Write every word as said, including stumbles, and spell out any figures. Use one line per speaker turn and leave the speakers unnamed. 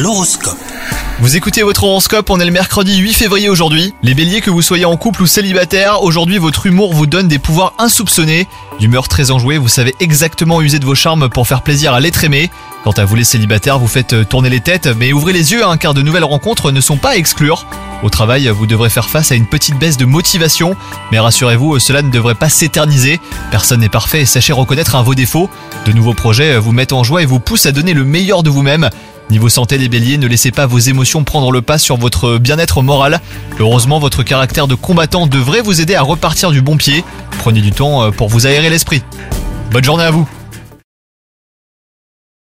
L'horoscope.
Vous écoutez votre horoscope, on est le mercredi huit février aujourd'hui. Les béliers, que vous soyez en couple ou célibataire, aujourd'hui votre humour vous donne des pouvoirs insoupçonnés. D'humeur très enjouée, vous savez exactement user de vos charmes pour faire plaisir à l'être aimé. Quant à vous les célibataires, vous faites tourner les têtes, mais ouvrez les yeux hein, car de nouvelles rencontres ne sont pas à exclure. Au travail, vous devrez faire face à une petite baisse de motivation, mais rassurez-vous, cela ne devrait pas s'éterniser. Personne n'est parfait et sachez reconnaître un vos défauts. De nouveaux projets vous mettent en joie et vous poussent à donner le meilleur de vous-même. Niveau santé les béliers, ne laissez pas vos émotions prendre le pas sur votre bien-être moral. Heureusement, votre caractère de combattant devrait vous aider à repartir du bon pied. Prenez du temps pour vous aérer l'esprit. Bonne journée à vous.